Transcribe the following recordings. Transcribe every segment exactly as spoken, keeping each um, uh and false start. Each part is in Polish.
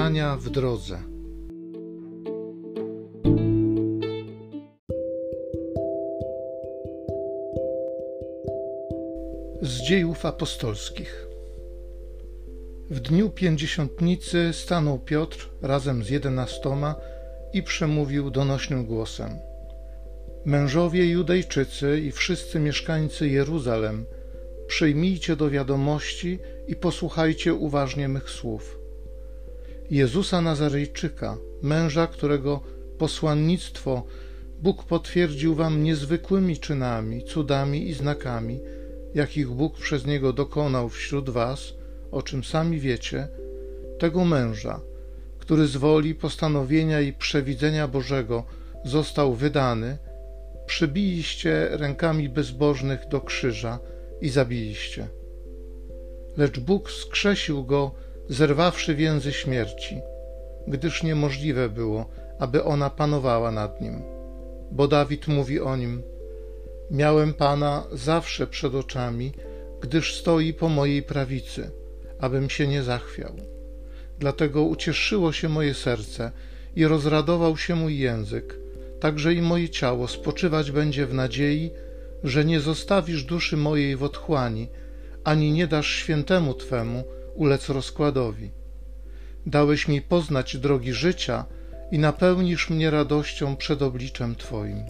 Spotkania w drodze. Z Dziejów Apostolskich. W dniu pięćdziesiątnicy stanął Piotr razem z jedenastoma i przemówił donośnym głosem: Mężowie Judejczycy i wszyscy mieszkańcy Jeruzalem, przyjmijcie do wiadomości i posłuchajcie uważnie mych słów. Jezusa Nazarejczyka, męża, którego posłannictwo Bóg potwierdził wam niezwykłymi czynami, cudami i znakami, jakich Bóg przez niego dokonał wśród was, o czym sami wiecie, tego męża, który z woli, postanowienia i przewidzenia Bożego został wydany, przybiliście rękami bezbożnych do krzyża i zabiliście. Lecz Bóg wskrzesił go, zerwawszy więzy śmierci, gdyż niemożliwe było, aby ona panowała nad nim. Bo Dawid mówi o nim: Miałem Pana zawsze przed oczami, gdyż stoi po mojej prawicy, abym się nie zachwiał. Dlatego ucieszyło się moje serce i rozradował się mój język, także i moje ciało spoczywać będzie w nadziei, że nie zostawisz duszy mojej w otchłani, ani nie dasz świętemu Twemu ulec rozkładowi. Dałeś mi poznać drogi życia i napełnisz mnie radością przed obliczem Twoim.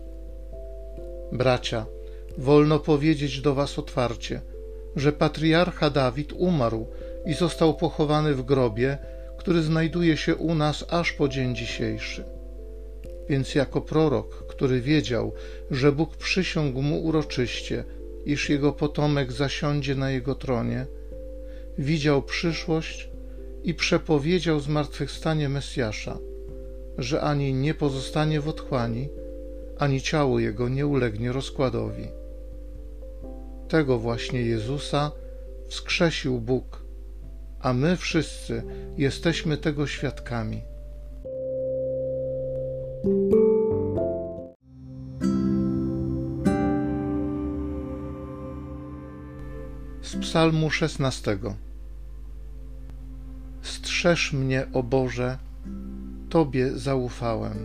Bracia, wolno powiedzieć do was otwarcie, że patriarcha Dawid umarł i został pochowany w grobie, który znajduje się u nas aż po dzień dzisiejszy. Więc jako prorok, który wiedział, że Bóg przysiągł mu uroczyście, iż jego potomek zasiądzie na jego tronie, widział przyszłość i przepowiedział zmartwychwstanie Mesjasza, że ani nie pozostanie w otchłani, ani ciało jego nie ulegnie rozkładowi. Tego właśnie Jezusa wskrzesił Bóg, a my wszyscy jesteśmy tego świadkami. Z Psalmu szesnastego. Strzeż mnie, o Boże, Tobie zaufałem.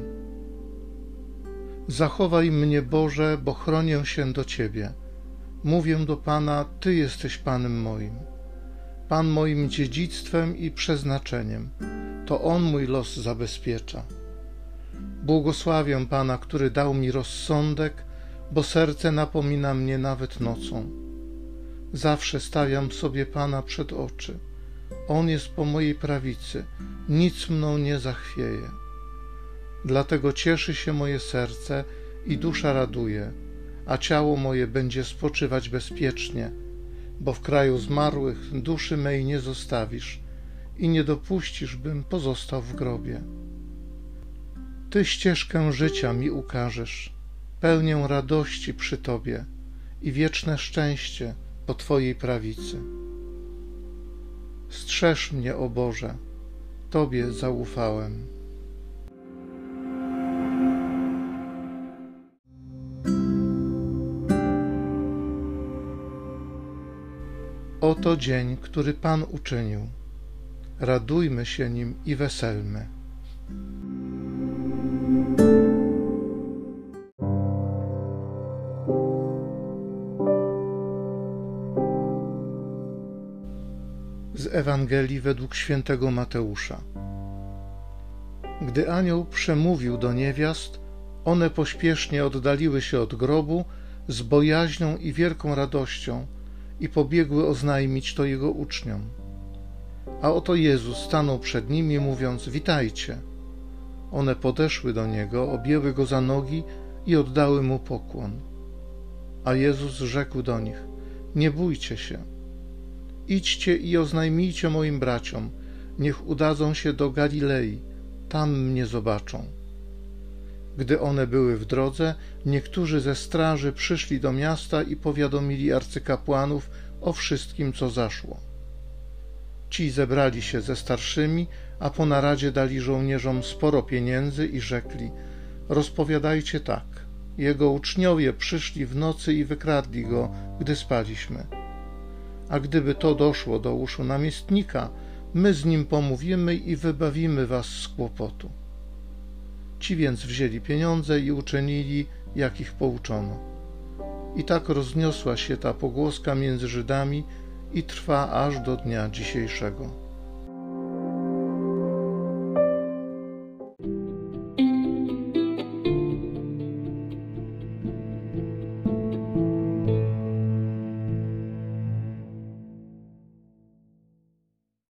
Zachowaj mnie, Boże, bo chronię się do Ciebie. Mówię do Pana, Ty jesteś Panem moim. Pan moim dziedzictwem i przeznaczeniem. To On mój los zabezpiecza. Błogosławię Pana, który dał mi rozsądek, bo serce napomina mnie nawet nocą. Zawsze stawiam sobie Pana przed oczy. On jest po mojej prawicy, nic mną nie zachwieje. Dlatego cieszy się moje serce i dusza raduje, a ciało moje będzie spoczywać bezpiecznie, bo w kraju zmarłych duszy mej nie zostawisz i nie dopuścisz, bym pozostał w grobie. Ty ścieżkę życia mi ukażesz, pełnię radości przy Tobie i wieczne szczęście po Twojej prawicy. Strzeż mnie, o Boże, Tobie zaufałem. Oto dzień, który Pan uczynił. Radujmy się nim i weselmy. Z Ewangelii według świętego Mateusza. Gdy anioł przemówił do niewiast, one pośpiesznie oddaliły się od grobu z bojaźnią i wielką radością i pobiegły oznajmić to jego uczniom. A oto Jezus stanął przed nimi, mówiąc: Witajcie. One podeszły do Niego, objęły Go za nogi i oddały Mu pokłon. A Jezus rzekł do nich: Nie bójcie się. Idźcie i oznajmijcie moim braciom, niech udadzą się do Galilei, tam mnie zobaczą. Gdy one były w drodze, niektórzy ze straży przyszli do miasta i powiadomili arcykapłanów o wszystkim, co zaszło. Ci zebrali się ze starszymi, a po naradzie dali żołnierzom sporo pieniędzy i rzekli: rozpowiadajcie tak, jego uczniowie przyszli w nocy i wykradli go, gdy spaliśmy. A gdyby to doszło do uszu namiestnika, My z nim pomówimy i wybawimy was z kłopotu. Ci więc wzięli pieniądze i uczynili, jak ich pouczono. I tak rozniosła się ta pogłoska między Żydami i trwa aż do dnia dzisiejszego.